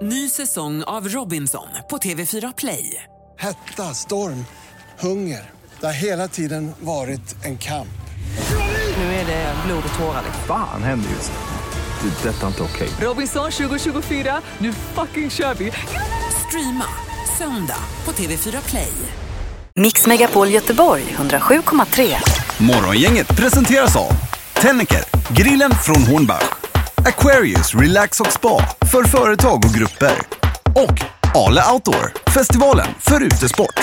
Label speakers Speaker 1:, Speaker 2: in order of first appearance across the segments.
Speaker 1: Ny säsong av Robinson på TV4 Play.
Speaker 2: Hetta, storm, hunger. Det har hela tiden varit en kamp.
Speaker 1: Nu är det blod och tårar.
Speaker 3: Fan händer just nu. Det. Detta är inte okej.
Speaker 1: Robinson 2024, nu fucking kör vi. Streama söndag på TV4 Play.
Speaker 4: Mix Megapol Göteborg 107,3.
Speaker 5: Morgongänget presenteras av Tennicker, grillen från Hornbach, Aquarius, Relax och Spa för företag och grupper och Ale Outdoor, festivalen för utesport.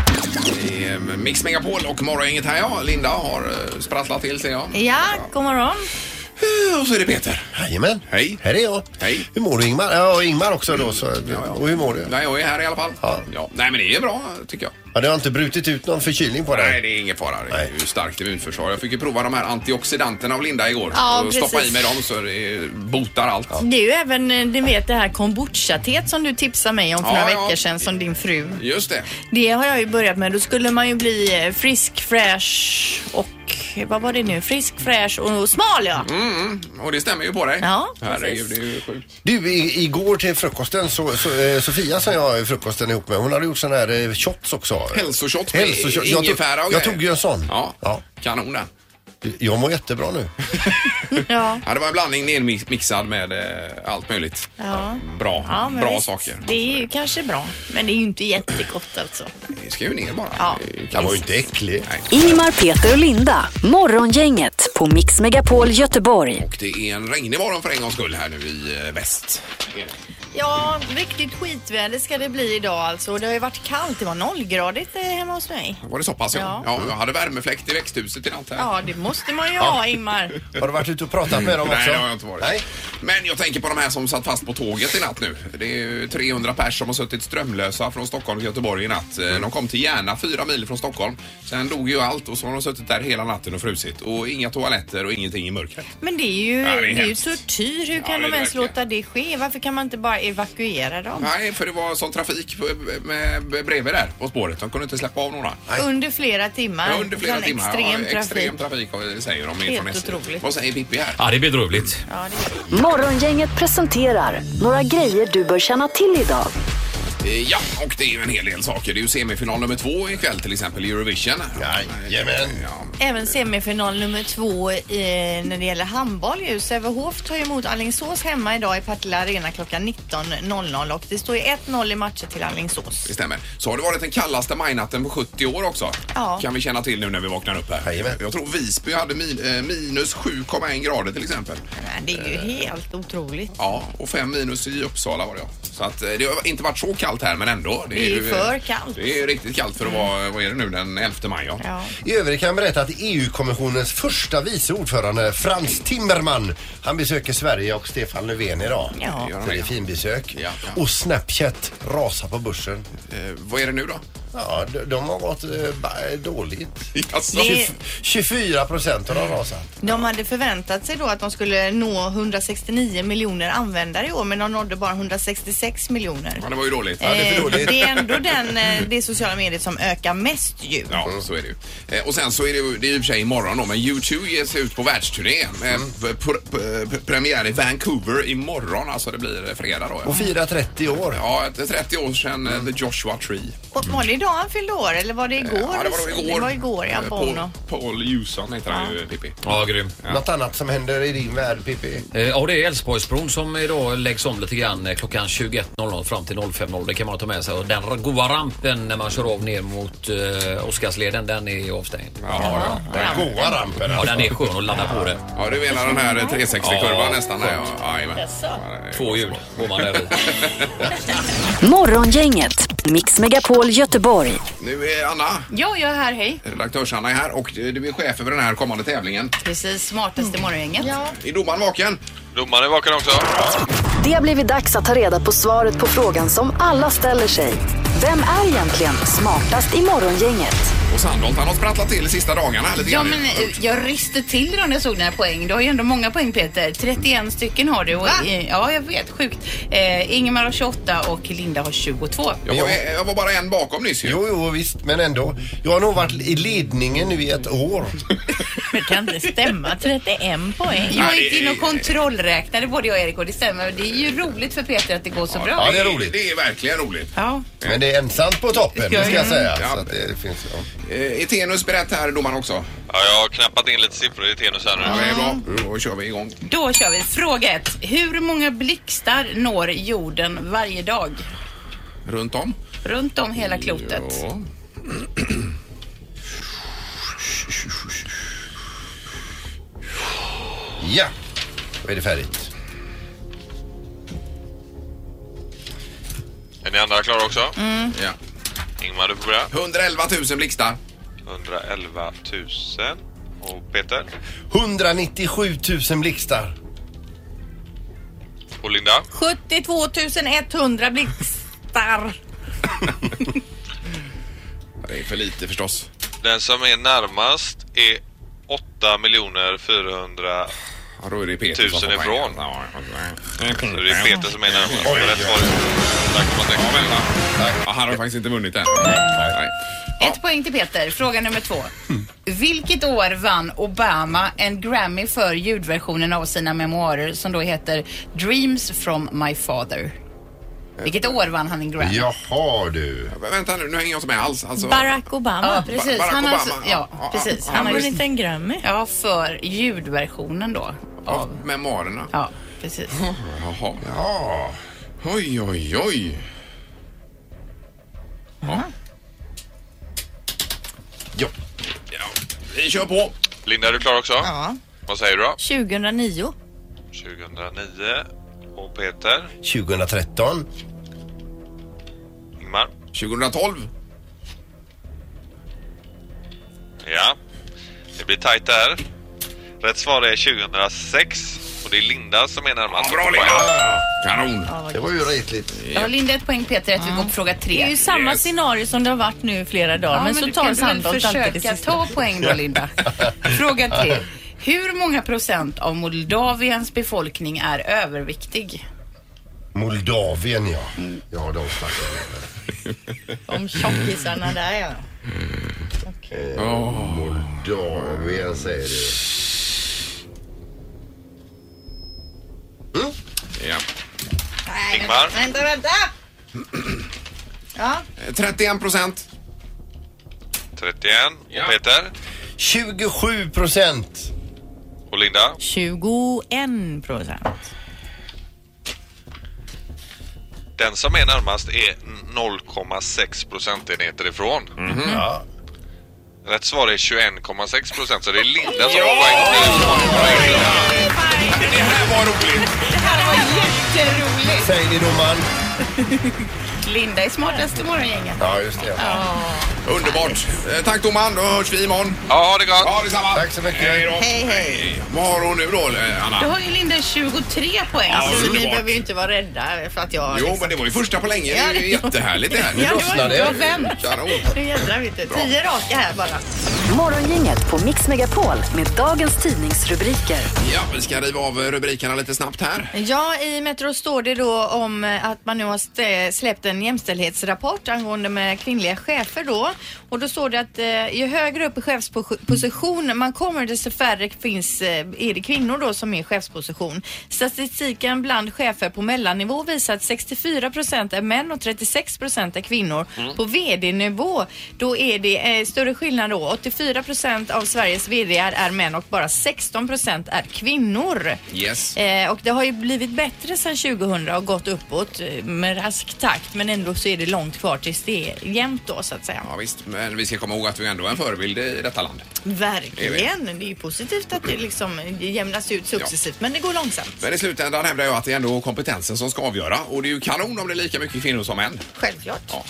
Speaker 6: Mix Megapol och Morgongänget här, ja. Linda har sprattlat till sig, ja.
Speaker 7: Ja, god morgon.
Speaker 6: Och så är det Peter.
Speaker 8: Jajamän.
Speaker 6: Hej.
Speaker 8: Här är jag.
Speaker 6: Hej.
Speaker 8: Hur mår du, Ingmar? Ja, Ingmar också då. Så.
Speaker 6: Ja.
Speaker 8: Och hur mår du?
Speaker 6: Nej, jag är här i alla fall.
Speaker 8: Ja.
Speaker 6: Nej, men det är bra, tycker jag.
Speaker 8: Ja, det har inte brutit ut någon förkylning på dig?
Speaker 6: Nej, det är ingen fara. Det är ju starkt immunförsvar. Jag fick ju prova de här antioxidanterna av Linda igår.
Speaker 7: Ja,
Speaker 6: och stoppa
Speaker 7: precis.
Speaker 6: i mig dem så det botar allt. Ja.
Speaker 7: Det är ju även, ni vet, det här kombucha-teet som du tipsade mig om för några veckor sedan som din fru.
Speaker 6: Just det.
Speaker 7: Det har jag ju börjat med. Då skulle man ju bli frisk, fräsch och vad var det nu? Frisk, fräsch och smal, ja.
Speaker 6: Och det stämmer ju på dig.
Speaker 7: Ja,
Speaker 6: herregud, det är ju sjukt.
Speaker 8: Du, igår till frukosten så Sofia som jag i frukosten ihop med, hon hade gjort sån här shots också.
Speaker 6: Hälsoshot med ingefära och
Speaker 8: jag tog ju en sån.
Speaker 6: Ja. Kanon den.
Speaker 8: Jag mår jättebra nu.
Speaker 7: Ja.
Speaker 6: Ja, det var en blandning nermixad med allt möjligt.
Speaker 7: Ja.
Speaker 6: Bra
Speaker 7: visst,
Speaker 6: saker.
Speaker 7: Det är ju kanske bra, men det är ju inte jättegott alltså.
Speaker 6: Det ska ju ner bara.
Speaker 7: Ja.
Speaker 8: Den var ju inte äcklig.
Speaker 4: Ingmar, Peter och Linda. Morgongänget på Mix Megapol Göteborg.
Speaker 6: Och det är en regnig morgon för en gångs skull här nu i väst.
Speaker 7: Ja, riktigt skitväder ska det bli idag alltså. Det har ju varit kallt, det var 0-gradigt hemma hos mig.
Speaker 6: Var det så pass? Ja, jag hade värmefläkt i växthuset i natt här.
Speaker 7: Ja, det måste man ju ha, Ingmar.
Speaker 8: Har du varit ute och pratat med dem också?
Speaker 6: Nej, det har jag inte varit.
Speaker 8: Nej.
Speaker 6: Men jag tänker på de här som satt fast på tåget i natt nu. Det är ju 300 pers som har suttit strömlösa från Stockholm till Göteborg i natt. De kom till Järna 4 mil från Stockholm. Sen dog ju allt och så har de suttit där hela natten och frusit. Och inga toaletter och ingenting i mörkret.
Speaker 7: Men det är ju,
Speaker 6: Ja,
Speaker 7: det är ju tortyr. Hur kan de ens låta det ske? Varför kan man inte bara evakuera dem?
Speaker 6: Nej, för det var sån trafik med bredvid där på spåret. De kunde inte släppa av några.
Speaker 7: Under flera timmar.
Speaker 6: Ja, under flera timmar.
Speaker 7: Extrem trafik.
Speaker 6: Säger de
Speaker 7: Helt
Speaker 6: från SJ.
Speaker 7: otroligt.
Speaker 6: Vad säger Pippi här?
Speaker 9: Ja, det är bedrövligt.
Speaker 7: Ja, det är...
Speaker 4: Morgongänget presenterar några grejer du bör känna till idag.
Speaker 6: Ja, och det är ju en hel del saker. Det är ju semifinal nummer 2 ikväll till exempel i Eurovision.
Speaker 8: Jajamän.
Speaker 6: Ja.
Speaker 7: Även semifinal nummer 2 när det gäller handboll. Sävehof tar emot Alingsås hemma idag i Partille Arena klockan 19.00 och det står ju 1-0 i matcher till Alingsås.
Speaker 6: Det stämmer. Så har det varit den kallaste majnatten på 70 år också.
Speaker 7: Ja.
Speaker 6: Kan vi känna till nu när vi vaknar upp här.
Speaker 8: Jajamän.
Speaker 6: Jag tror Visby hade minus 7,1 grader till exempel.
Speaker 7: Men det är ju helt otroligt.
Speaker 6: Ja, och 5 minus i Uppsala var det. Så att det har inte varit så kallt här, men ändå.
Speaker 7: Det är ju för kallt.
Speaker 6: Det är riktigt kallt för att vara, vad är det nu, den 11 maj. Ja.
Speaker 8: I övrigt kan jag berätta att EU-kommissionens första vice ordförande Frans Timmerman, han besöker Sverige och Stefan Löfven idag.
Speaker 7: Ja.
Speaker 8: Det är finbesök.
Speaker 6: Ja.
Speaker 8: Och Snapchat rasar på börsen.
Speaker 6: Vad är det nu då?
Speaker 8: Ja, de har gått dåligt.
Speaker 6: Alltså.
Speaker 8: 24% har de rasat.
Speaker 7: De hade förväntat sig då att de skulle nå 169 miljoner användare i år, men de nådde bara 166 miljoner.
Speaker 6: Ja, det var ju dåligt.
Speaker 8: Ja, det är för dåligt.
Speaker 7: Det är ändå det sociala mediet som ökar mest ju.
Speaker 6: Ja, så är det ju. Och sen så är det ju i och för sig imorgon då, men U2 ger sig ut på världsturné. Premiär i Vancouver imorgon, alltså det blir fredag då. Ja.
Speaker 8: Och firar 30 år.
Speaker 6: Ja, 30 år sedan The Joshua Tree.
Speaker 7: Och var det idag han fyllde år eller var det igår?
Speaker 6: Ja, det var igår.
Speaker 7: Det var igår, ja, Bono.
Speaker 6: Paul Juson heter han ju, Pippi.
Speaker 9: Ja, grym.
Speaker 8: Något annat som händer i din värld, Pippi?
Speaker 9: Ja, det är Älvsborgsbron som idag läggs om lite grann klockan 21.00 fram till 05.00. Det kan man ta med sig. Och den goda rampen när man kör av ner mot Oscarsleden, den är avstängd.
Speaker 6: Ja.
Speaker 8: Den goa rampen.
Speaker 9: Ja, den är skön att ladda på det.
Speaker 6: Ja, du menar den här 360-kurvan nästan där. Ja, jajamän.
Speaker 9: 2 hjul går man där i.
Speaker 4: Morgongänget, Mix Megapol Göteborg.
Speaker 6: Nu är Anna,
Speaker 7: Ja, jag är här, hej.
Speaker 6: redaktörs-Anna är här och du är chef över den här kommande tävlingen.
Speaker 7: Precis, smartaste morgongänget. Ja.
Speaker 6: Är domaren vaken?
Speaker 10: Domaren är vaken också.
Speaker 4: Det har blivit dags att ta reda på svaret på frågan som alla ställer sig. Vem är egentligen smartast i morgongänget?
Speaker 6: Och Sandholt, han har sprattlat till de sista dagarna. Lite
Speaker 10: Ja,
Speaker 6: grann.
Speaker 10: men jag riste till när jag såg dina poäng. Du har ju ändå många poäng, Peter. 31 stycken har du. Och, ja, jag vet. Sjukt. Ingemar har 28 och Linda har 22.
Speaker 6: Jag var bara en bakom nyss ju.
Speaker 8: Jo, visst. Men ändå. Jag har nog varit i ledningen nu i ett år.
Speaker 7: Det kan inte stämma. 31 poäng.
Speaker 10: Jag gick in och kontrollräknade både jag och Erik och det stämmer. Det är ju roligt för Peter att det går så bra.
Speaker 8: Ja, det är roligt.
Speaker 6: Det är verkligen roligt.
Speaker 10: Ja.
Speaker 8: Men det är ensamt på toppen, det ska jag säga.
Speaker 6: Ja.
Speaker 8: Så att det finns,
Speaker 6: Är Tenus berett här, domaren också?
Speaker 11: Ja, jag har knappat in lite siffror i Tenus här nu.
Speaker 6: Ja, det är bra. Då kör vi igång.
Speaker 10: Då kör vi. Fråga 1. Hur många blixtar når jorden varje dag?
Speaker 6: Runt om?
Speaker 10: Runt om hela klotet.
Speaker 6: Ja.
Speaker 8: Ja, då är det färdigt.
Speaker 11: Är ni andra klara också?
Speaker 6: Ja.
Speaker 11: Ingmar, du får börja.
Speaker 6: 111 000 blixtar.
Speaker 11: 111 000. Och Peter?
Speaker 8: 197 000 blixtar.
Speaker 11: Och Linda?
Speaker 7: 72 100 blixtar.
Speaker 6: Det är för lite förstås.
Speaker 11: Den som är närmast är 8 400
Speaker 6: Ja, då är det Peter som
Speaker 11: 000
Speaker 6: får
Speaker 11: ifrån.
Speaker 6: poäng.
Speaker 11: Så det är Peter som är närmast. Rätt svar. Tack för
Speaker 6: Ja, vänta. Ja, han har faktiskt inte vunnit än. Nej.
Speaker 10: 1 poäng till Peter. Fråga nummer 2. Vilket år vann Obama en Grammy för ljudversionen av sina memoarer som då heter Dreams from my father? Vilket år vann han en Grammy?
Speaker 8: Jaha du.
Speaker 6: Vänta nu hänger jag inte med alls. Alltså...
Speaker 7: Barack Obama.
Speaker 10: Ja, precis.
Speaker 6: Barack
Speaker 10: Han
Speaker 6: Obama.
Speaker 10: alltså, ja, precis.
Speaker 7: Han har inte en Grammy.
Speaker 10: Ja, för ljudversionen då.
Speaker 6: Av memoarerna.
Speaker 10: Ja, precis.
Speaker 6: Jaha.
Speaker 8: Ja.
Speaker 6: Oj, oj, oj. Ja.
Speaker 8: Ja.
Speaker 6: Vi kör på.
Speaker 11: Linda, är du klar också?
Speaker 7: Ja.
Speaker 11: Vad säger du då?
Speaker 7: 2009.
Speaker 11: 2009. Och Peter?
Speaker 8: 2013.
Speaker 11: Ingmar?
Speaker 6: 2012.
Speaker 11: Ja. Det blir tajt där. Rätt svar är 2006. Och det är Linda som är närmast.
Speaker 6: Ja, bra Linda! Kanon!
Speaker 8: Det var ju retligt.
Speaker 10: Ja, Linda 1 poäng, Peter 1. Vi går på fråga 3.
Speaker 7: Det är ju samma
Speaker 6: Yes.
Speaker 7: scenario som det har varit nu flera dagar.
Speaker 10: Ja,
Speaker 7: men så
Speaker 10: du
Speaker 7: tar
Speaker 10: kan väl
Speaker 7: Sandholt alltid det
Speaker 10: försöka
Speaker 7: sista.
Speaker 10: ta poäng då, Linda. Fråga 3. Hur många procent av Moldaviens befolkning är överviktig?
Speaker 8: Moldavien, ja. Ja, de snackar
Speaker 7: Om tjockisarna där, ja.
Speaker 8: Moldavien, säger du.
Speaker 6: Ja.
Speaker 7: Nej,
Speaker 11: Ingmar?
Speaker 7: vänta. Ja.
Speaker 6: 31%.
Speaker 11: 31. Och Peter?
Speaker 8: 27%.
Speaker 11: Och Linda?
Speaker 7: 21%.
Speaker 11: Den som är närmast är 0,6 procentenheter ifrån.
Speaker 8: Ja.
Speaker 11: Rätt svar är 21,6%. Så det är Linda som har poäng.
Speaker 6: Det här var roligt.
Speaker 10: Det här var jätteroligt.
Speaker 8: Säg det, domaren.
Speaker 10: Linda är smartast i morgongänget.
Speaker 8: Ja, just det.
Speaker 6: Underbart. Tack domaren, då hörs vi imorgon.
Speaker 11: Ja, ha det gott.
Speaker 6: Ja, detsamma.
Speaker 8: Tack så mycket.
Speaker 6: Hej då.
Speaker 7: Hej.
Speaker 6: Vad har hon nu då, Anna?
Speaker 10: Då har ju Linda 23 poäng.
Speaker 6: Ja,
Speaker 7: Så ni
Speaker 6: underbart.
Speaker 7: behöver ju inte vara rädda för att jag...
Speaker 6: Jo, men det var ju första på länge. Det är ju jättehärligt det här.
Speaker 7: Ja, det var bra vänt.
Speaker 6: Kanon.
Speaker 7: Nu jädrar vet du. 10 raka här bara.
Speaker 4: Morgongänget på Mix Megapol med dagens tidningsrubriker.
Speaker 6: Ja, vi ska riva av rubrikerna lite snabbt här.
Speaker 7: Ja, i Metro står det då om att man nu har släppt en jämställdhetsrapport angående med kvinnliga chefer då. Och då står det att ju högre upp i chefsposition man kommer, desto färre är det kvinnor då som är i chefsposition. Statistiken bland chefer på mellannivå visar att 64% är män och 36% är kvinnor. På vd-nivå då är det större skillnad då. 84% av Sveriges vd är män och bara 16% är kvinnor.
Speaker 6: Yes.
Speaker 7: Och det har ju blivit bättre sedan 2000 och gått uppåt med rask takt, men ändå så är det långt kvar tills det är jämnt då så att säga.
Speaker 6: Ja visst, men vi ska komma ihåg att vi ändå är en förebild i detta land.
Speaker 7: Verkligen, det är ju positivt att det liksom jämnas ut successivt, men det går långsamt.
Speaker 6: Men i slutändan hävdar jag att det är ändå kompetensen som ska avgöra, och det är ju kanon om det är lika mycket kvinnor som män.
Speaker 7: Självklart.
Speaker 6: Ja.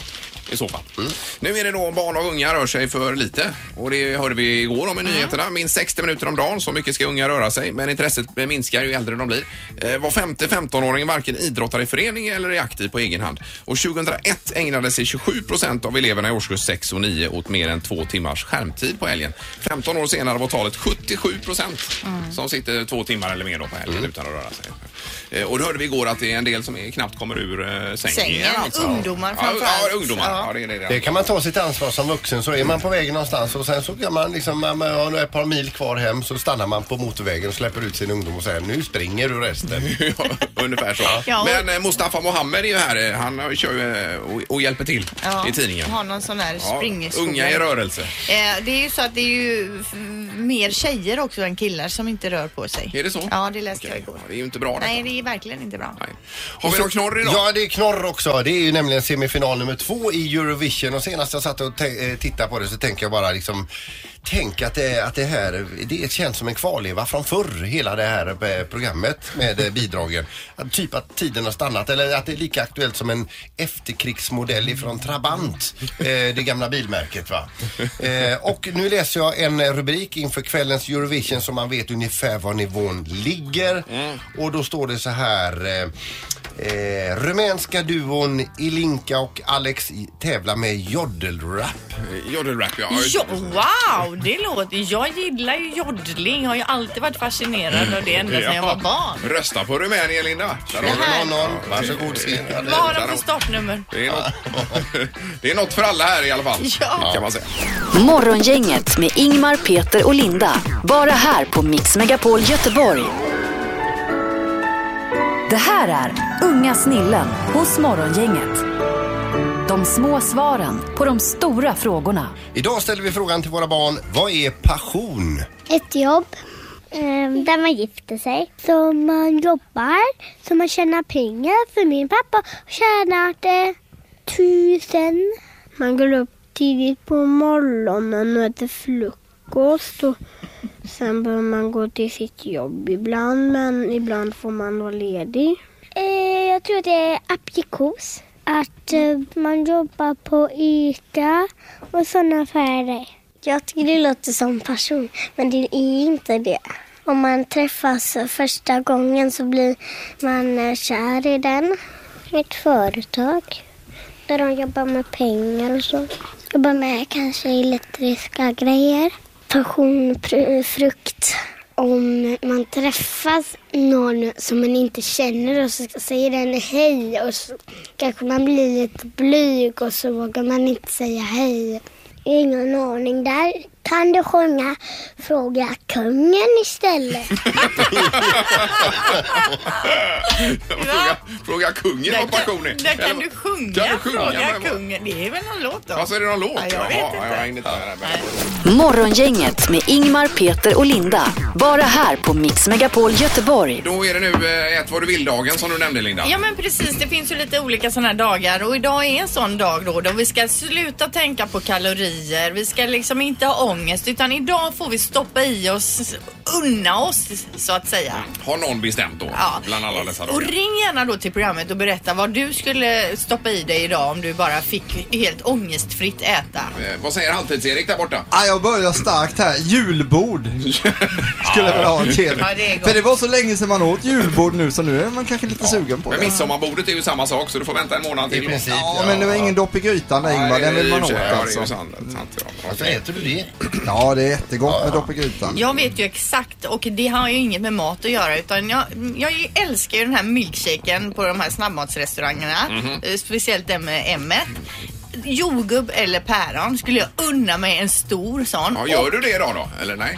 Speaker 6: i så fall. Nu är det då barn och unga rör sig för lite. Och det hörde vi igår om i nyheterna. Minst 60 minuter om dagen, så mycket ska unga röra sig. Men intresset minskar ju äldre de blir. Var 50-15-åring varken idrottar i förening eller är aktiv på egen hand. Och 2001 ägnade sig 27% av eleverna i årskurs 6 och 9 åt mer än 2 timmars skärmtid på helgen. 15 år senare var talet 77% som sitter 2 timmar eller mer då på helgen utan att röra sig. Och då hörde vi igår att det är en del som knappt kommer ur sängen. Alltså.
Speaker 7: Ungdomar framförallt.
Speaker 6: Ja, ungdomar. Ja.
Speaker 8: Det kan man ta sitt ansvar som vuxen, så är man på vägen någonstans och sen så kan man liksom, har ett par mil kvar hem, så stannar man på motorvägen och släpper ut sin ungdom och säger nu springer du resten.
Speaker 6: Ungefär så.
Speaker 7: Ja.
Speaker 6: Men Mustafa Mohammed är ju här, han kör ju och hjälper till i tidningen.
Speaker 7: Har någon sån här springskola.
Speaker 6: Unga i rörelse.
Speaker 7: Det är ju så att det är ju mer tjejer också än killar som inte rör på sig.
Speaker 6: Är det så?
Speaker 7: Ja, det läste jag igår.
Speaker 6: Det är ju inte bra.
Speaker 7: Nej, det är verkligen inte bra.
Speaker 6: Nej. Har vi någon knorr idag?
Speaker 8: Ja, det är knorr också. Det är ju nämligen semifinal nummer 2 i Eurovision, och senast jag satt och tittade på det så tänker jag bara liksom, tänk att det här, det känns som en kvarleva från förr, hela det här programmet med bidragen. Typ att tiden har stannat, eller att det är lika aktuellt som en efterkrigsmodell ifrån Trabant, det gamla bilmärket, va? Och nu läser jag en rubrik inför kvällens Eurovision så man vet ungefär var nivån ligger. Och då står det så här: rumänska duon Ilinka och Alex tävlar med jodelrap.
Speaker 6: Jodelrap, ja.
Speaker 7: Wow, det låter... Jag gillar ju joddling. Har ju alltid varit fascinerad av det ända sedan jag var barn.
Speaker 6: Rösta på Rumänien, Linda. Där
Speaker 8: har vi någon. Varsågod.
Speaker 7: Vad har de för startnummer?
Speaker 6: Det är något för alla här i alla fall.
Speaker 7: Ja.
Speaker 6: Kan man säga.
Speaker 4: Morgongänget med Ingmar, Peter och Linda. Bara här på Mix Megapol Göteborg. Det här är Unga snillen hos Morgongänget. De små svaren på de stora frågorna.
Speaker 8: Idag ställer vi frågan till våra barn: vad är passion?
Speaker 12: Ett jobb där man gifter sig. Så man jobbar, så man tjänar pengar. För min pappa tjänade 1000. Man går upp tidigt på morgonen och äter frukost. Och sen bör man gå till sitt jobb ibland, men ibland får man vara ledig. Jag tror det är aprikos. Att man jobbar på ICA och sådana affärer. Jag tycker det låter som passion, men det är inte det. Om man träffas första gången så blir man kär i den. Ett företag där de jobbar med pengar och så. Jobbar med kanske elektriska grejer. Passion, frukt. Om man träffas någon som man inte känner och så säger den hej och så kanske man blir lite blyg och så vågar man inte säga hej. Ingen aning, där kan du sjunga Fråga kungen istället.
Speaker 6: Fråga kungen vad passion är.
Speaker 7: Där kan du sjunga Fråga kungen. Det är väl någon låt då?
Speaker 6: Alltså är det någon låt?
Speaker 7: Ja, jag vet inte.
Speaker 4: Morgongänget med Ingmar, Peter och Linda. Bara här på Mix Megapol Göteborg.
Speaker 6: Då är det nu ett vad du vill-dagen som du nämnde, Linda.
Speaker 7: Ja, men precis. Det finns ju lite olika sådana här dagar. Och idag är en sån dag då vi ska sluta tänka på kalorier. Vi ska liksom inte ha ångest, utan idag får vi stoppa i oss, unna oss så att säga.
Speaker 6: Har någon bestämt då?
Speaker 7: Ja.
Speaker 6: Bland alla dessa dagar.
Speaker 7: Och ring gärna då till programmet och berätta vad du skulle stoppa i dig idag om du bara fick helt ångestfritt äta.
Speaker 6: Vad säger Halvtids-Erik där borta?
Speaker 13: Jag börjar starkt här. Julbord. Skulle jag ha en till.
Speaker 7: Ja, det är gott.
Speaker 13: För det var så länge sedan man åt julbord nu, så nu är man kanske lite sugen på det.
Speaker 6: Men midsommarbordet är ju samma sak, så du får vänta en månad till.
Speaker 8: Princip,
Speaker 13: ja, men det var ingen dopp i grytan där, Ingvar. Den vill man åt alltså.
Speaker 6: Det är sant,
Speaker 8: Varför äter du det?
Speaker 13: Ja, det är jättegott med dopp i grytan.
Speaker 7: Jag vet ju exakt, och det har ju inget med mat att göra, utan jag älskar ju den här milkshaken på de här snabbmatsrestaurangerna. Speciellt den med M. Jordgubb eller päron skulle jag unna mig en stor sån.
Speaker 6: Ja, gör du det idag då? Eller nej?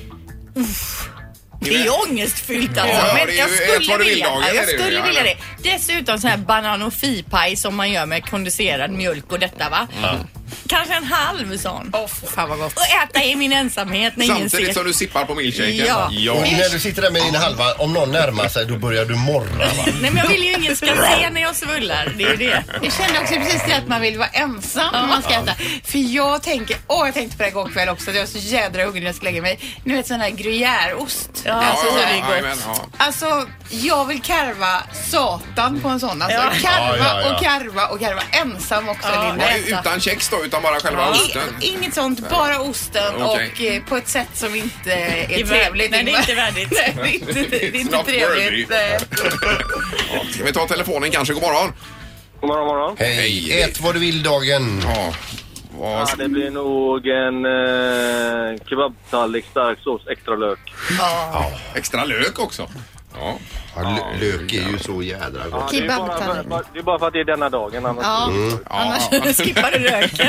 Speaker 7: Det är ångestfyllt alltså.
Speaker 6: Ja,
Speaker 7: men
Speaker 6: det är
Speaker 7: jag
Speaker 6: ju
Speaker 7: skulle
Speaker 6: vilja
Speaker 7: vilja det. Dessutom så här banan och fipaj som man gör med kondenserad mjölk och detta, va? Kanske en halv sån.
Speaker 10: Fan vad gott.
Speaker 7: Och äta i min ensamhet när ingen ser.
Speaker 6: Samtidigt som du sippar på milkshaken.
Speaker 7: Ja.
Speaker 8: Och när du sitter där med din halva, om någon närmar sig, då börjar du morra, va?
Speaker 7: Nej, men jag vill ju ingen ska se när jag svullar. Det är det.
Speaker 10: Jag kände också precis det att man vill vara ensam när man ska äta. För jag tänkte på det igår kväll också, att jag var så jädra hungrig när jag skulle lägga mig. Nu vet sån här gruyèreost. Alltså,
Speaker 7: det är gott.
Speaker 10: Alltså, jag vill karva satan på en sån. Alltså, karva och karva ensam också, Linda.
Speaker 6: Utan kex då, utan bara själva osten?
Speaker 10: Inget sånt, bara osten och på ett sätt som inte är trevligt.
Speaker 7: Nej, det är inte värdigt.
Speaker 10: Det är inte trevligt.
Speaker 6: Ska vi ta telefonen kanske? God morgon.
Speaker 14: God morgon.
Speaker 8: Hej. Ät vad du vill dagen.
Speaker 14: Ja, det blir nog en kebabtallrik, stark sås, extra lök.
Speaker 6: Ja. Extra lök också. Ja.
Speaker 8: Lök är ju så jädra gott.
Speaker 14: Det är bara för att det är denna dagen.
Speaker 7: Annars skippar du röken.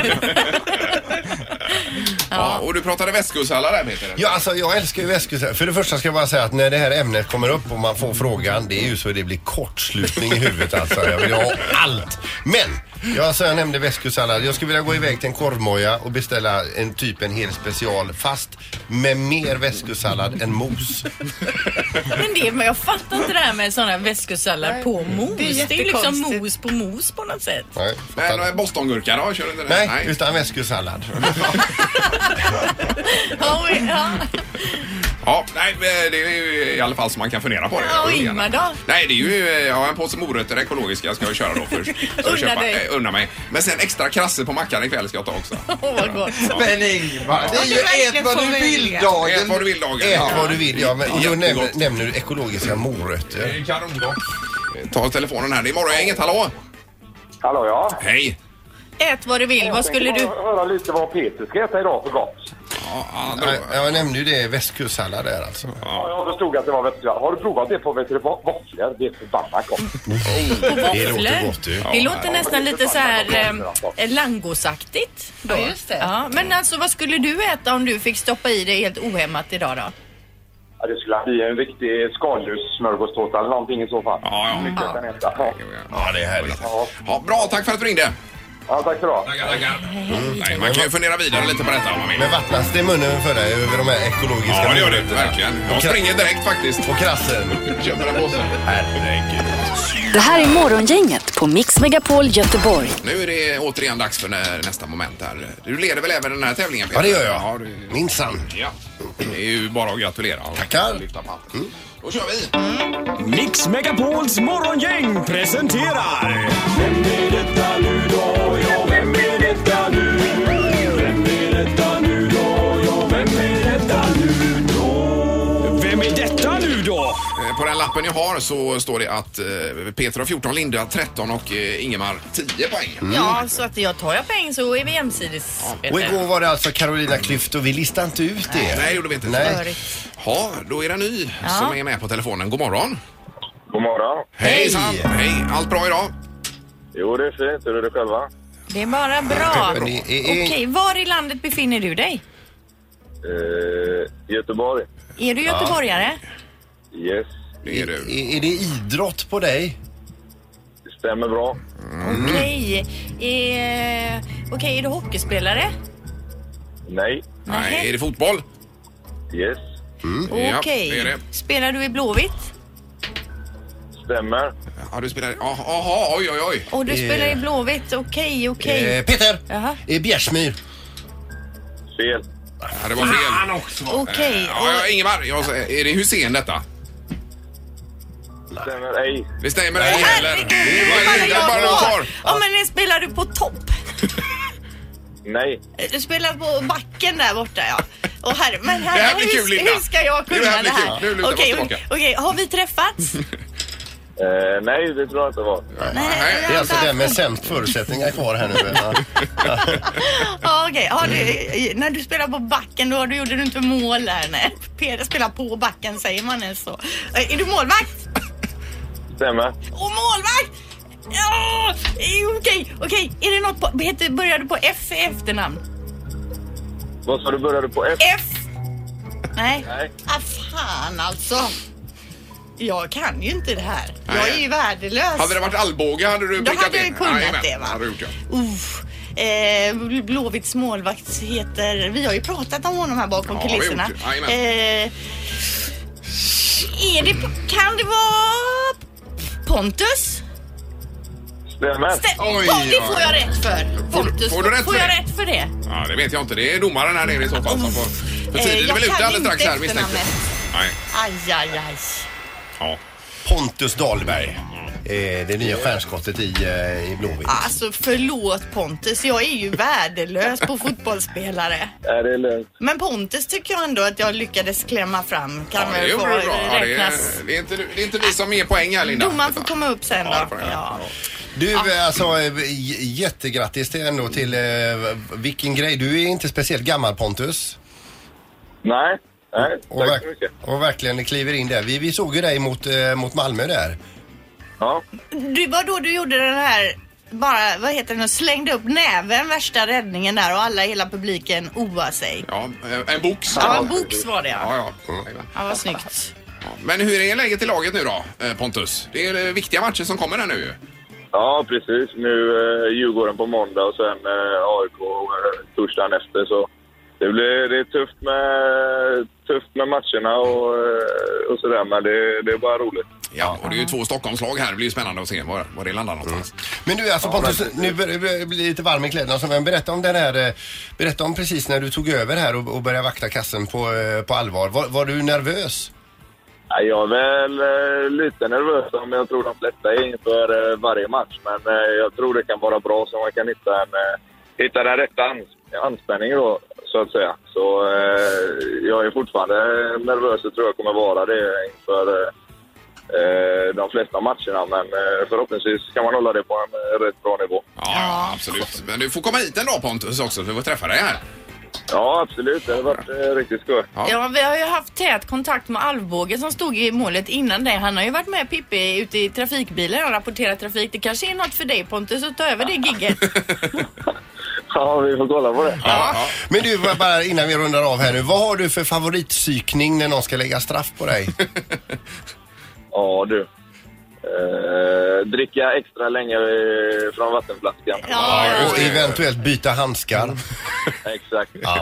Speaker 6: Ja, och du pratade västkusssallad där, Peter.
Speaker 8: Ja, alltså jag älskar ju västkusssallad. För det första ska jag bara säga att när det här ämnet kommer upp och man får frågan, det är ju så det blir kortslutning i huvudet alltså. Jag vill ha allt. Men, jag nämnde västkusssallad. Jag skulle vilja gå iväg till en korvmoja och beställa en hel special fast med mer västkusssallad än mos.
Speaker 7: Men jag fattar inte det här med sådana västkusssallad på mos. Det är liksom mos på något sätt.
Speaker 8: Nej,
Speaker 6: men bostongurka då? Kör inte det?
Speaker 8: Nej, utan västkusssallad.
Speaker 6: Ja, nej, det är ju i alla fall som man kan fundera på det.
Speaker 7: Ja, och Ingmar då?
Speaker 6: Nej, det är ju en påse morötter ekologiska ska jag köra då först. Unna mig. Men sen extra krasse på mackan ikväll ska jag ta också.
Speaker 7: Vad gott.
Speaker 13: Men Ingmar, det är ju ät vad du vill dagen.
Speaker 6: Ät vad du vill dagen.
Speaker 8: Ät vad du vill, ja. Men då nämner du ekologiska morötter.
Speaker 6: Kanongott. Ta telefonen här. Det är morgongänget, hallå?
Speaker 14: Hallå, ja.
Speaker 6: Hej.
Speaker 7: Ät vad du vill. Vad skulle du...
Speaker 14: höra lite vad Peter ska äta idag för gott.
Speaker 8: Jag nämnde ju det, västkusssallad där alltså.
Speaker 14: Ja, jag förstod att det var västkusssallad. Har du provat det på våfflor? Det är förbannat gott.
Speaker 8: Det låter gott du.
Speaker 7: Det låter nästan lite så här langosaktigt.
Speaker 10: Ja, just det.
Speaker 7: Ja, men alltså vad skulle du äta om du fick stoppa i det helt ohämmat idag då?
Speaker 14: Ja, det skulle bli en riktig skaldjurssmörgåstårta eller någonting i så fall.
Speaker 6: Ja.
Speaker 8: Ja, det är härligt.
Speaker 6: Ja, bra, tack för att du ringde.
Speaker 14: Ja, tack så bra.
Speaker 6: Tackar. Nej, man kan ju fundera vidare lite på detta om man vill.
Speaker 8: Men vattnas det i munnen för dig över de här ekologiska
Speaker 6: Ja, det gör det verkligen. Jag springer direkt faktiskt.
Speaker 8: Och krassen.
Speaker 6: Köper en påse.
Speaker 8: Herregud.
Speaker 4: Det här är Morgongänget på Mix Megapol Göteborg.
Speaker 6: Nu är det återigen dags för nästa moment här. Du leder väl även den här tävlingen, Peter?
Speaker 8: Ja, det gör jag. Minsann.
Speaker 6: Ja. Det är ju bara att gratulera.
Speaker 8: Tackar.
Speaker 6: Då kör vi.
Speaker 15: Mix Megapols morgongäng presenterar... Vem är detta nu då? Ja, vem är detta nu? Vem är detta nu då? Ja, vem är detta nu då? Vem är detta nu då?
Speaker 6: På den lappen jag har så står det att Peter har 14, Linda 13 och Ingemar 10 poäng.
Speaker 7: Ja, så att jag tar poäng så är vi jämsides.
Speaker 8: Och igår var det alltså Carolina Klüft och vi listade inte ut det.
Speaker 6: Nej, gjorde vi inte.
Speaker 8: Nej.
Speaker 6: Ja, då är det ny som är med på telefonen. God morgon.
Speaker 14: God morgon.
Speaker 6: Hejsan. Hej. Allt bra idag?
Speaker 14: Jo, det är fint. Hur är det själva?
Speaker 7: Det är bara bra. Okej, var i landet befinner du dig?
Speaker 14: Göteborg.
Speaker 7: Är du göteborgare?
Speaker 14: Yes.
Speaker 6: Det är du.
Speaker 8: Är det idrott på dig?
Speaker 14: Det stämmer bra.
Speaker 7: Okej. Är du hockeyspelare?
Speaker 14: Nej.
Speaker 6: Nej. Är det fotboll?
Speaker 14: Yes.
Speaker 7: Okej.
Speaker 6: Ja, det är det.
Speaker 7: Spelar du i Blåvitt?
Speaker 14: Stämmer.
Speaker 6: Ja, du spelar... Jaha, oj.
Speaker 7: Och du spelar i Blåvitt, okej.
Speaker 8: Peter!
Speaker 7: Jaha.
Speaker 8: Bjärsmyr.
Speaker 14: Fel.
Speaker 6: Ja, det var fel.
Speaker 7: Okej.
Speaker 6: Ingemar, är det Hussein detta?
Speaker 14: Stämmer ej.
Speaker 6: Det stämmer ej heller. Det är bara någon kvar.
Speaker 7: Ja, men spelar du på topp?
Speaker 14: Nej.
Speaker 7: Du spelar på backen där borta, ja. Och
Speaker 6: det här blir kul, Linda.
Speaker 7: Hur ska jag kunna det här? Okej, har vi träffats?
Speaker 14: Nej, det tror jag inte var.
Speaker 8: Det är alltså den med sämst förutsättningar kvar här nu.
Speaker 7: Okej. När du spelar på backen då gjorde du inte mål där. Nej. Peter spelar på backen, säger man ens så. Är du målvakt?
Speaker 14: Stämmer.
Speaker 7: Och målvakt! Ja, okej. Är det något på... Börjar du på F i efternamn?
Speaker 14: Vad sa du, började på F?
Speaker 7: F? Nej. Fan alltså. Jag kan ju inte det här. Jag är ju värdelös.
Speaker 6: Hade det varit Alboga hade du prickat in.
Speaker 7: Då hade jag kunnat det, va?
Speaker 6: Hade du gjort, ja.
Speaker 7: Blåvitts målvakt heter... Vi har ju pratat om honom här bakom kulisserna. Kan det vara Pontus?
Speaker 14: Stämmer.
Speaker 7: Det får jag rätt för. Pontus,
Speaker 6: får du rätt
Speaker 7: får
Speaker 6: för
Speaker 7: jag
Speaker 6: det?
Speaker 7: rätt för det?
Speaker 6: Ja, det vet jag inte. Det är domaren här nere i så fall som får... För tiden är väl ute alldeles strax här misstänkt. Nej.
Speaker 7: Aj.
Speaker 6: Ja.
Speaker 8: Pontus Dahlberg. Det nya stjärnskottet i Blåvitt.
Speaker 7: Alltså förlåt Pontus, jag är ju värdelös på fotbollsspelare.
Speaker 14: Ja, det är lugnt.
Speaker 7: Men Pontus tycker jag ändå att jag lyckades klämma fram. Kan
Speaker 6: det
Speaker 7: väl
Speaker 6: är
Speaker 7: få
Speaker 6: bra.
Speaker 7: räknas.
Speaker 6: Det är inte vi som ger poäng här, Linda.
Speaker 7: Domaren får komma upp sen då. Ja.
Speaker 8: Du, alltså jättegrattis ändå till vilken grej. Du är inte speciellt gammal, Pontus.
Speaker 14: Nej, tack så mycket.
Speaker 8: Och verkligen kliver in där. Vi såg ju dig mot Malmö där.
Speaker 14: Ja.
Speaker 7: Du var då du gjorde den här, bara, vad heter det, slängde upp näven, värsta räddningen där och hela publiken oade sig.
Speaker 6: Ja, en box.
Speaker 7: Ja, en box var det, ja.
Speaker 6: Ja,
Speaker 7: vad snyggt.
Speaker 6: Ja, men hur är läget i laget nu då, Pontus? Det är viktiga matcher som kommer här nu ju.
Speaker 14: Ja, precis. Nu Djurgården på måndag och sen AIK torsdagen efter, så det är tufft med matcherna och sådär, men det är bara roligt.
Speaker 6: Ja, och det är ju 2 Stockholmslag här. Det blir ju spännande att se var det landar någonstans.
Speaker 8: Men du, alltså Pontus, nu börjar bli lite varm i kläderna. Men berätta om precis när du tog över här och började vakta kassen på allvar. Var du nervös?
Speaker 14: Ja, jag är väl lite nervös, men jag tror de flesta är inför varje match. Men jag tror det kan vara bra så man kan hitta den rätta anspänningen då, så att säga. Så jag är fortfarande nervös och tror jag kommer vara det inför de flesta matcherna, men förhoppningsvis kan man hålla det på en rätt bra nivå.
Speaker 6: Ja, absolut. Men du får komma hit en dag, Pontus, också, för vi får träffa dig här.
Speaker 14: Ja, absolut. Det har varit riktigt skoj.
Speaker 7: Ja, vi har ju haft tät kontakt med Alvbåge som stod i målet innan det. Han har ju varit med Pippi ute i trafikbilen och rapporterat trafik. Det kanske är något för dig, Pontus, att ta över det gigget.
Speaker 14: Ja, vi får kolla på det.
Speaker 8: Ja. Men du, bara innan vi rundar av här nu, vad har du för favoritpsykning när någon ska lägga straff på dig?
Speaker 14: Ja, du. Dricka extra länge från vattenflaskan.
Speaker 8: Och eventuellt byta handskar.
Speaker 14: Exakt.
Speaker 6: Ja,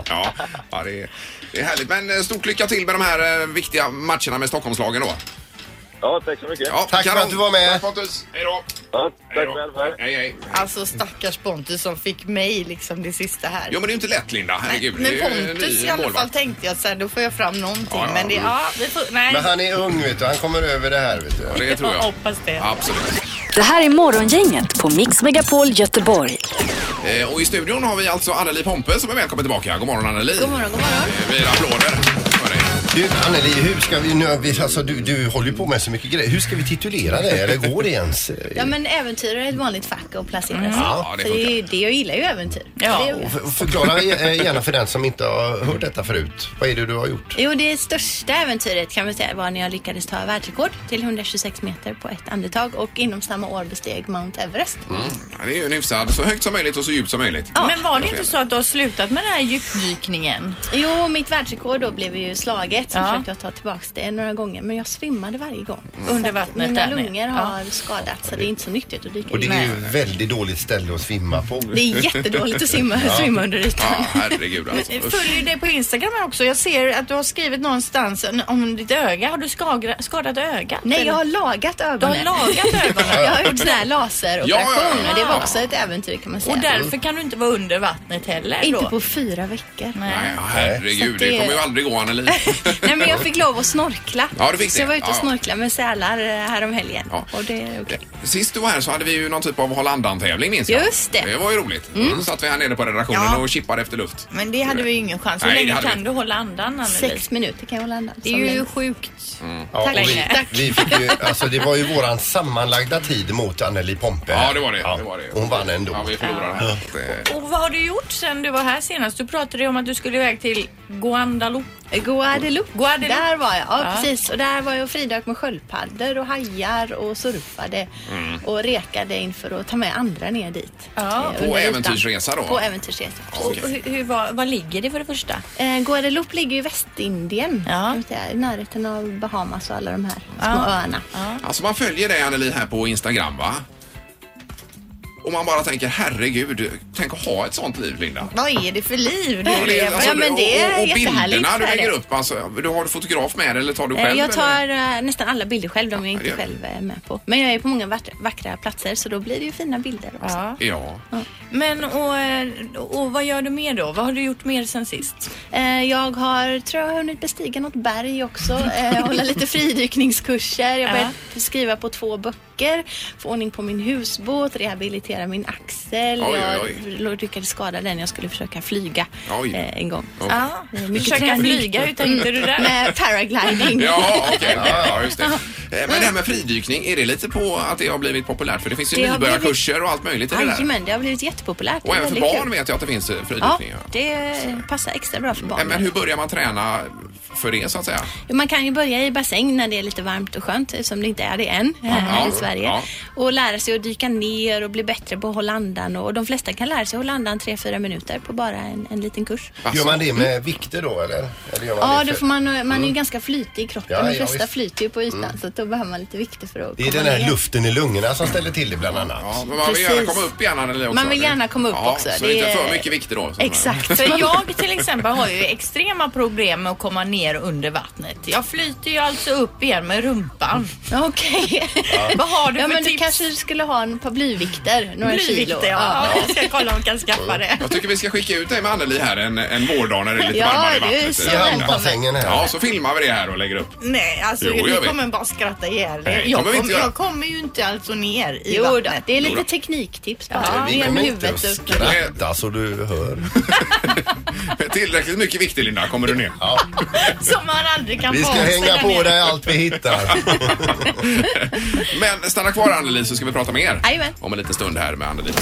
Speaker 6: det är härligt. Men stort lycka till med de här viktiga matcherna med Stockholmslagen då.
Speaker 14: Ja, tack så mycket.
Speaker 8: Ja, tack för att du var med.
Speaker 6: Tack, Pontus. Hej då.
Speaker 14: Ja, tack själv.
Speaker 6: Hej.
Speaker 7: Alltså stackars Pontus som fick mig liksom det sista här.
Speaker 6: Jo, men det är inte lätt, Linda. Herregud.
Speaker 7: Men Pontus i alla fall tänkte jag så här, då får jag fram någonting. Men det, nej.
Speaker 8: Men han är ung, vet du. Han kommer över det här, vet du.
Speaker 6: Ja, det tror jag.
Speaker 7: Hoppas det.
Speaker 6: Absolut.
Speaker 4: Det här är Morgongänget på Mix Megapol Göteborg.
Speaker 6: Och i studion har vi alltså Anneli Pompe som är välkommen tillbaka. God morgon, Anneli.
Speaker 7: God morgon.
Speaker 6: Vi applåder.
Speaker 8: Du, Anneli, hur ska vi nu, alltså du håller ju på med så mycket grejer. Hur ska vi titulera det? Eller går det ens?
Speaker 16: Ja, men äventyr är ett vanligt fack att placera sig.
Speaker 6: Ja, det
Speaker 16: för det jag gillar ju äventyr.
Speaker 7: Ja.
Speaker 8: Och förklara gärna för den som inte har hört detta förut. Vad är det du har gjort?
Speaker 16: Jo, det största äventyret kan man säga var när jag lyckades ta världsrekord till 126 meter på ett andetag och inom samma år besteg Mount Everest.
Speaker 6: Ja, det är ju en hyfsad, så högt som möjligt och så djupt som möjligt.
Speaker 7: Ja. Men var det inte så att du har slutat med den här djupdykningen?
Speaker 16: Jo, mitt världsrekord då blev ju slaget. Så försökte jag ta tillbaka det några gånger. Men jag svimmade varje gång.
Speaker 7: Under vattnet.
Speaker 16: Mina lungor har skadats, så det är inte så nyttigt att dyka.
Speaker 8: Och det är ju väldigt dåligt ställe att svimma på.
Speaker 16: Det är jättedåligt att svimma under ytan.
Speaker 6: Ja, herregud alltså.
Speaker 7: Följer det på Instagram också? Jag ser att du har skrivit någonstans om ditt öga. Har du skadat ögat?
Speaker 16: Nej, jag har lagat ögonen.
Speaker 7: Du har lagat ögonen?
Speaker 16: Jag har gjort sån här laseroperation.
Speaker 6: Ja.
Speaker 16: Det var också ett äventyr, kan man säga.
Speaker 7: Och därför kan du inte vara under vattnet heller då?
Speaker 16: Inte på 4 veckor.
Speaker 6: Nej, herregud. Det kommer ju aldrig gå, Anneli.
Speaker 16: Nej, men jag fick lov att snorkla.
Speaker 6: Ja, du fick
Speaker 16: så jag var ute och snorkla med sälar här om helgen.
Speaker 6: Ja.
Speaker 16: Och det är okej.
Speaker 6: Sist du var här så hade vi ju någon typ av håll andan-tävling, minns jag.
Speaker 16: Just det.
Speaker 6: Det var ju roligt. Satt vi här nere på redaktionen och chippade efter luft.
Speaker 7: Men det hade vi ju ingen chans. Hur länge kan du hålla andan, Anneli?
Speaker 16: 6 minuter kan jag hålla andan.
Speaker 7: Det är ju sjukt.
Speaker 8: Ja,
Speaker 7: Tack.
Speaker 8: vi fick ju, alltså det var ju våran sammanlagda tid mot Anneli Pompe.
Speaker 6: Ja, det var det. Ja. Det var det.
Speaker 8: Hon vann ändå.
Speaker 6: Ja, vi förlorade här.
Speaker 7: Och vad har du gjort sen du var här senast? Du pratade ju om att du skulle iväg till Guadeloupe.
Speaker 16: Där var jag, ja precis. Och där var jag och fridök med sköldpaddor och hajar och surfade och rekade inför att ta med andra ner dit.
Speaker 6: Ja. På äventyrsresa då?
Speaker 16: På äventyrsresa.
Speaker 7: Okay. Och var ligger det för det första?
Speaker 16: Guadeloupe ligger i Västindien. Ja. I närheten av Bahamas och alla de här små öarna.
Speaker 6: Ja. Alltså man följer dig, Anneli, här på Instagram, va? Och man bara tänker, herregud, tänk att ha ett sånt liv, Linda.
Speaker 7: Vad är det för liv du
Speaker 6: Ja,
Speaker 7: lever?
Speaker 6: alltså,
Speaker 7: men det är
Speaker 6: och
Speaker 7: jättehärligt.
Speaker 6: bilderna du lägger upp, alltså, du har fotograf med eller tar du själv?
Speaker 16: Jag tar
Speaker 6: eller?
Speaker 16: nästan alla bilder själv, de är inte själv med på. Men jag är på många vackra platser så då blir det ju fina bilder också.
Speaker 6: Ja.
Speaker 7: Men och vad gör du mer då? Vad har du gjort mer sen sist?
Speaker 16: Jag tror jag har hunnit bestiga något berg också. Hålla lite fridykningskurser. Jag började skriva på 2 böcker. Få ordning på min husbåt. Rehabilitera min axel. Jag lyckades skada den. Jag skulle försöka flyga en gång.
Speaker 7: Försöka flyga, hur tänkte du där?
Speaker 16: Med paragliding.
Speaker 6: Ja, okej. Ja, just det. Men det här med fridykning, är det lite på att det har blivit populärt? För det finns ju nybörjarkurser och allt möjligt i det där.
Speaker 16: Jajamän, det har blivit jättepopulärt.
Speaker 6: Och även för barn vet jag att det finns fridykning.
Speaker 16: Ja, det passar extra bra för barn.
Speaker 6: Men hur börjar man träna för det så att säga?
Speaker 16: Man kan ju börja i bassäng när det är lite varmt och skönt, som det inte är det än här i Sverige. Ja. Och lära sig att dyka ner och bli bättre på att hålla andan. Och de flesta kan lära sig att hålla andan 3-4 minuter på bara en liten kurs.
Speaker 8: Gör man det med vikter då eller gör man
Speaker 16: ja,
Speaker 8: det
Speaker 16: då får man är ju ganska flytig i kroppen. De flesta
Speaker 8: visst.
Speaker 16: flyter ju på ytan så då behöver man lite vikter för att
Speaker 8: det är den här luften i lungorna som ställer till det bland annat.
Speaker 6: Ja, men man vill gärna komma upp igen eller också.
Speaker 16: Man vill gärna komma upp också.
Speaker 6: Så det är inte för mycket vikter då.
Speaker 16: Exakt.
Speaker 7: För jag till exempel har ju extrema problem med att komma ner under vattnet. Jag flyter ju alltså upp igen med rumpan.
Speaker 16: Okej.
Speaker 7: Vad har du för
Speaker 16: men
Speaker 7: tips?
Speaker 16: Du kanske skulle ha en par blyvikter, några kilo.
Speaker 7: Ja. Jag ska kolla om jag kan skaffa det.
Speaker 6: Jag tycker vi ska skicka ut dig med Anneli här en vårdag när det är lite varmare i vattnet.
Speaker 8: I hamnbassängen här.
Speaker 6: Ja, så filmar vi det här och lägger upp.
Speaker 7: Nej, alltså
Speaker 6: Jo,
Speaker 7: vi kommer bara skratta ihjäl det.
Speaker 6: Nej,
Speaker 7: Jag kommer ju inte alltså ner i
Speaker 16: vattnet.
Speaker 7: vattnet.
Speaker 16: Det är lite tekniktips bara.
Speaker 8: Ja, vi kommer inte att skratta så du hör.
Speaker 6: Tillräckligt mycket vikter, Linda, kommer du ner.
Speaker 8: Ja.
Speaker 7: Som man aldrig kan
Speaker 8: Vi ska hänga på dig allt vi hittar.
Speaker 6: Men stanna kvar, Anneli, så ska vi prata mer
Speaker 16: Amen.
Speaker 6: om en liten stund här med Anneli.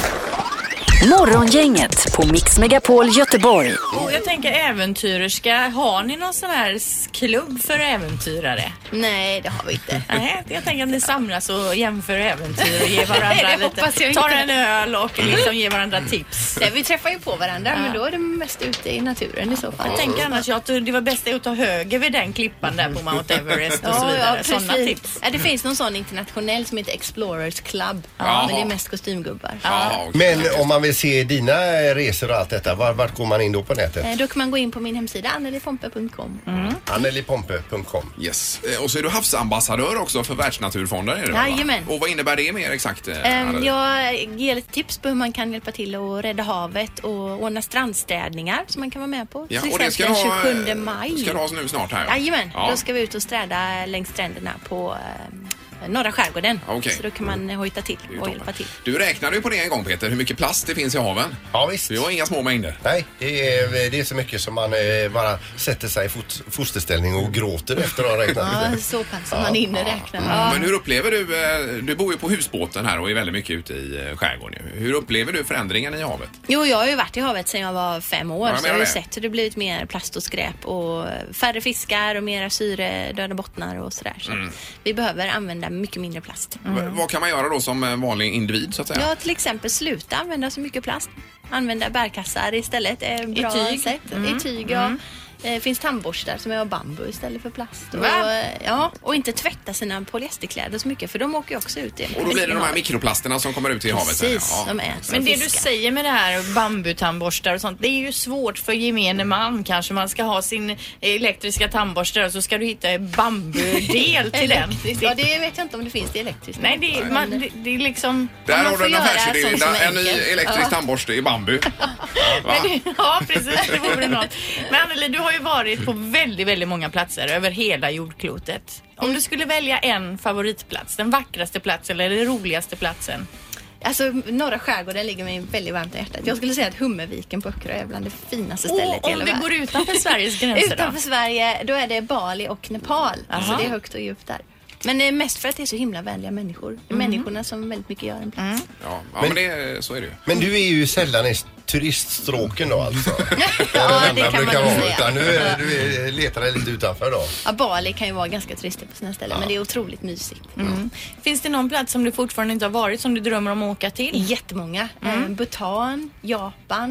Speaker 4: Morgongänget på Mix Megapol Göteborg.
Speaker 7: Och jag tänker äventyrerska. Har ni någon sån här klubb för äventyrare?
Speaker 16: Nej, det har vi inte.
Speaker 7: Nej, jag tänker att ni samlas och jämför äventyr och ger varandra
Speaker 16: det hoppas jag
Speaker 7: lite. Tar
Speaker 16: inte.
Speaker 7: en öl och liksom ger varandra tips.
Speaker 16: Nej, vi träffar ju på varandra, men då är det mest ute i naturen i så fall.
Speaker 7: Jag tänker annars att det var bäst att ta höger vid den klippan där på Mount Everest och så vidare. Sådana tips.
Speaker 16: Ja, det finns någon sån internationell som heter Explorers Club.
Speaker 6: Jaha.
Speaker 16: Men det är mest kostymgubbar.
Speaker 8: Men om man vill se dina resor och allt detta, vart går man in då på nätet?
Speaker 16: Då kan man gå in på min hemsida annelipompe.com.
Speaker 8: Annelipompe.com.
Speaker 6: Yes. Och så är du havsambassadör också för Världsnaturfonden, är det?
Speaker 16: Jajamän.
Speaker 6: Och vad innebär det mer exakt?
Speaker 16: Jag ger lite tips på hur man kan hjälpa till att rädda havet och ordna strandstädningar som man kan vara med på.
Speaker 6: Ja,
Speaker 16: till
Speaker 6: och det
Speaker 16: exempel
Speaker 6: ska
Speaker 16: den 27 maj.
Speaker 6: Ska du ha nu snart här?
Speaker 16: Jajamän,
Speaker 6: Ja.
Speaker 16: då ska vi ut och städa längs stränderna på norra skärgården.
Speaker 6: Okej.
Speaker 16: Så då kan man hojta till och hjälpa till.
Speaker 6: Du räknade ju på det en gång, Peter, hur mycket plast det finns i haven.
Speaker 8: Ja, visst.
Speaker 6: Det var inga små mängder.
Speaker 8: Nej, det är så mycket som man bara sätter sig i fosterställning och gråter efter att ha räknat
Speaker 16: Ja,
Speaker 8: lite.
Speaker 16: så pass som man hinner räkna.
Speaker 6: Men hur upplever du bor ju på husbåten här och är väldigt mycket ute i skärgården nu. Hur upplever du förändringen i havet?
Speaker 16: Jo, jag har ju varit i havet sedan jag var 5 år.
Speaker 6: Ja,
Speaker 16: så jag har ju sett hur det blivit mer plast och skräp och färre fiskar och mera syre, döda bottnar och sådär. Så vi behöver använda mycket mindre plast.
Speaker 6: Vad kan man göra då som vanlig individ så att säga?
Speaker 16: Ja, till exempel sluta använda så mycket plast. Använda bärkassar istället. Bra
Speaker 7: tyg.
Speaker 16: sätt. I tyg, ja. Det finns tandborstar som är av bambu istället för plast. Och inte tvätta sina polyesterkläder så mycket för de åker ju också ut i.
Speaker 6: Och då blir det de här mikroplasterna som kommer ut i havet.
Speaker 16: Precis, de äts.
Speaker 7: Men det du säger med det här bambutandborstar och sånt, det är ju svårt för gemene man. Kanske man ska ha sin elektriska tandborste och så ska du hitta en bambudel till den.
Speaker 16: Ja, det vet jag inte om det finns det elektriskt.
Speaker 7: Nej, det är liksom...
Speaker 6: Där
Speaker 16: man
Speaker 6: har
Speaker 16: får
Speaker 6: du en
Speaker 16: göra
Speaker 6: affärsidé,
Speaker 16: sånt
Speaker 6: Linda.
Speaker 16: som är
Speaker 6: En ny
Speaker 16: enkelt.
Speaker 6: elektrisk tandborste i bambu. Va?
Speaker 7: Ja, precis. Det vore något. Men Anneli, du har ju varit på väldigt, väldigt många platser över hela jordklotet. Om du skulle välja en favoritplats, den vackraste platsen eller den roligaste platsen?
Speaker 16: Alltså, norra skärgården ligger mig väldigt varmt i hjärtat. Jag skulle säga att Hummerviken på Öckerö är bland det finaste stället i hela
Speaker 7: om vi
Speaker 16: världen.
Speaker 7: går utanför Sveriges gränser då?
Speaker 16: Utanför Sverige, då är det Bali och Nepal. Alltså det är högt och djupt där. Men mest för att det är så himla vänliga människor. Det är människorna som väldigt mycket gör en plats.
Speaker 6: Ja, men så är det ju.
Speaker 8: Men du är ju sällan i turiststråken då alltså.
Speaker 16: Ja, det kan man nog säga.
Speaker 8: Utan du letar lite utanför då.
Speaker 16: Ja, Bali kan ju vara ganska turistigt på sina ställen, men det är otroligt mysigt.
Speaker 7: Finns det någon plats som du fortfarande inte har varit som du drömmer om att åka till?
Speaker 16: Jättemånga. Bhutan, Japan,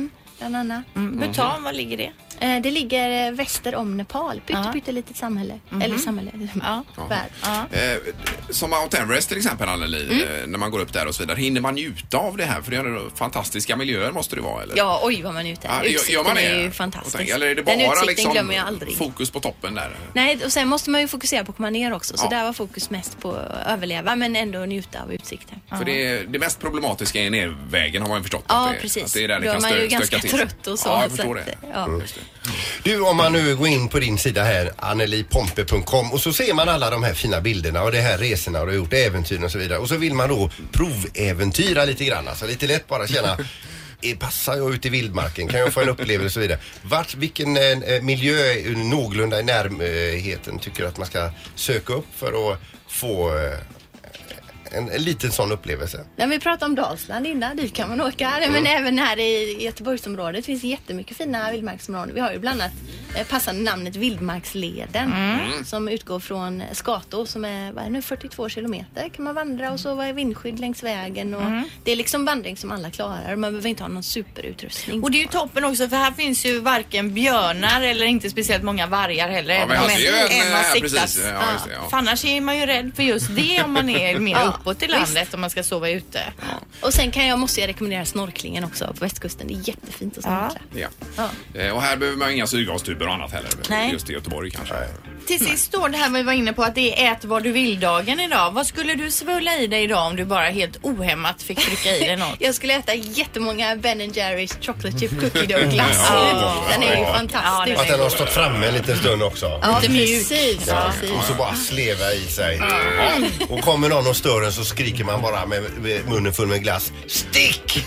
Speaker 16: bland annat.
Speaker 10: Bhutan, var ligger det?
Speaker 16: Det ligger väster om Nepal. Pyttelitet samhälle. Eller samhälle. Värld.
Speaker 6: Som Mount Everest till exempel, Anneli, när man går upp där och så vidare. Hinner man njuta av det här? För det är fantastiska miljöer måste det vara, eller?
Speaker 16: Ja, oj vad man njuter. Utsikten är ju fantastisk.
Speaker 6: Eller är det bara liksom fokus på toppen där?
Speaker 16: Nej, och sen måste man ju fokusera på att komma ner också. Så där var fokus mest på att överleva, men ändå njuta av utsikten.
Speaker 6: För det mest problematiska är nervägen, har man ju förstått.
Speaker 16: Ja,
Speaker 6: att
Speaker 16: precis.
Speaker 6: Att det är där
Speaker 16: då
Speaker 6: det kan
Speaker 16: är man ju
Speaker 6: stöka
Speaker 16: ganska
Speaker 6: till.
Speaker 16: trött och så.
Speaker 6: Ja, jag förstår det.
Speaker 8: Du, om man nu går in på din sida här, annelipompe.com, och så ser man alla de här fina bilderna och det här resorna och du har gjort äventyr och så vidare. Och så vill man då proväventyra lite grann. Alltså lite lätt bara känna, passar jag ut i vildmarken? Kan jag få en upplevelse och så vidare? Vilken miljö någorlunda i närheten tycker du att man ska söka upp för att få en liten sån upplevelse?
Speaker 16: När vi pratar om Dalsland innan, dit kan man åka. Men även här i Göteborgsområdet finns jättemycket fina vildmarksområden. Vi har ju bland annat passande namnet Vildmarksleden som utgår från Skatå som är 42 kilometer. Kan man vandra och så är vindskydd längs vägen och det är liksom vandring som alla klarar. Man behöver inte ha någon superutrustning.
Speaker 10: Och det är ju toppen också, för här finns ju varken björnar eller inte speciellt många vargar heller.
Speaker 6: Ja, men
Speaker 10: en
Speaker 6: precis.
Speaker 10: siktas. För annars är man ju rädd för just det om man är mer uppåt i landet om man ska sova ute.
Speaker 16: Och sen måste jag rekommendera snorklingen också på västkusten. Det är jättefint att snorkla.
Speaker 6: Och här behöver man inga syrgastuber och annat heller.
Speaker 10: Nej.
Speaker 6: Just i Göteborg kanske.
Speaker 10: Till sist står det här vi var inne på att det är ät vad du vill-dagen idag. Vad skulle du svulla i dig idag om du bara helt ohämmat fick trycka i dig något?
Speaker 16: Jag skulle äta jättemånga Ben & Jerry's chocolate chip cookie dough glass. Den är ju fantastisk.
Speaker 8: Att den har stått framme en liten stund också.
Speaker 16: Ja, precis.
Speaker 8: Och så bara sleva i sig. Och kommer någon och stör en så skriker man bara med munnen full med glass. Stick!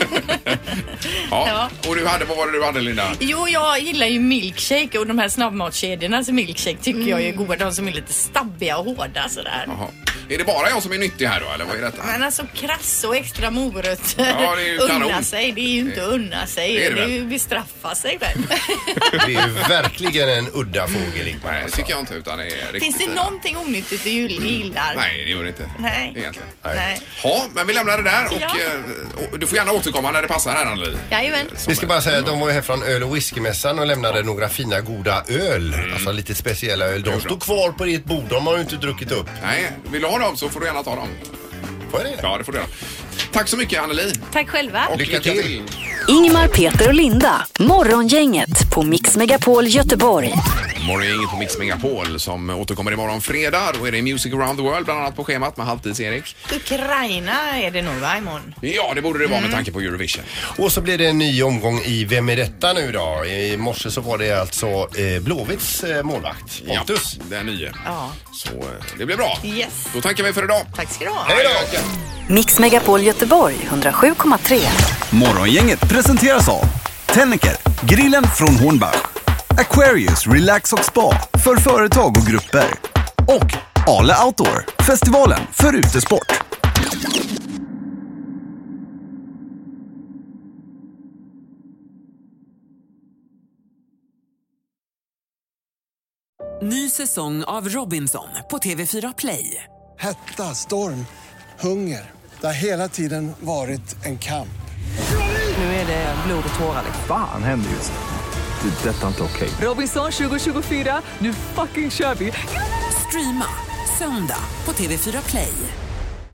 Speaker 6: Och vad var det du hade, Linda?
Speaker 10: Jo, jag gillar ju milkshake och de här snabbmatskedjornas milkshake tycker jag är goda. De som är lite stabbiga och hårda sådär.
Speaker 6: Jaha. Är det bara jag som är nyttig här då, eller vad är detta?
Speaker 10: Men alltså krass och extra morot.
Speaker 6: Ja, det är ju
Speaker 10: unna sig, det är ju inte unna sig. Det är ju bestraffa sig själv.
Speaker 8: Det är ju verkligen en udda fågel.
Speaker 6: Nej, det tycker jag inte, utan det är riktigt.
Speaker 10: Finns det någonting onyttigt du gillar?
Speaker 6: Nej, det gör det inte.
Speaker 10: Nej.
Speaker 6: Egentligen.
Speaker 10: Nej.
Speaker 6: Ja, men vi lämnar det där och du får gärna återkomma när det passar här, Anneli.
Speaker 16: Jajamän.
Speaker 8: Vi ska bara säga att de var ju här från öl- och whiskymässan och lämnade några fina goda öl. Alltså lite speciella öl. De stod kvar på ditt bord, de har ju inte druckit upp.
Speaker 6: Nej, vill du ha dem så får du gärna ta dem.
Speaker 8: Får jag det?
Speaker 6: Ja, det får du göra. Tack så mycket, Anneli.
Speaker 16: Tack själva.
Speaker 6: Och lycka till.
Speaker 4: Ingmar, Peter och Linda. Morgongänget på Mix Megapol Göteborg.
Speaker 6: Morgongänget på Mix Megapol som återkommer imorgon fredag. Då är det Music Around the World bland annat på schemat med Halvtids-Erik.
Speaker 10: Ukraina är det nog, va, imorgon?
Speaker 6: Ja, det borde det vara med tanke på Eurovision.
Speaker 8: Och så blir det en ny omgång i Vem är detta nu då? I morse så var det alltså Blåvitts målvakt, Pontus.
Speaker 6: Ja, den nya.
Speaker 10: Ja.
Speaker 6: Så det blir bra.
Speaker 10: Yes.
Speaker 6: Då tackar vi för idag.
Speaker 10: Tack ska du ha.
Speaker 6: Hej då!
Speaker 4: Mix Megapol Göteborg 107,3.
Speaker 5: Morgongänget presenteras av Tennicker, grillen från Hornbach, Aquarius Relax och Spa för företag och grupper och Ale Outdoor, festivalen för utesport.
Speaker 1: Ny säsong av Robinson på TV4 Play.
Speaker 2: Hetta, storm, hunger. Det har hela tiden varit en kamp.
Speaker 1: Nu är det blod och tårar.
Speaker 3: Fan händer just det. Det är detta inte okej.
Speaker 1: Robinson 2024, nu fucking kör vi. Streama söndag på TV4 Play.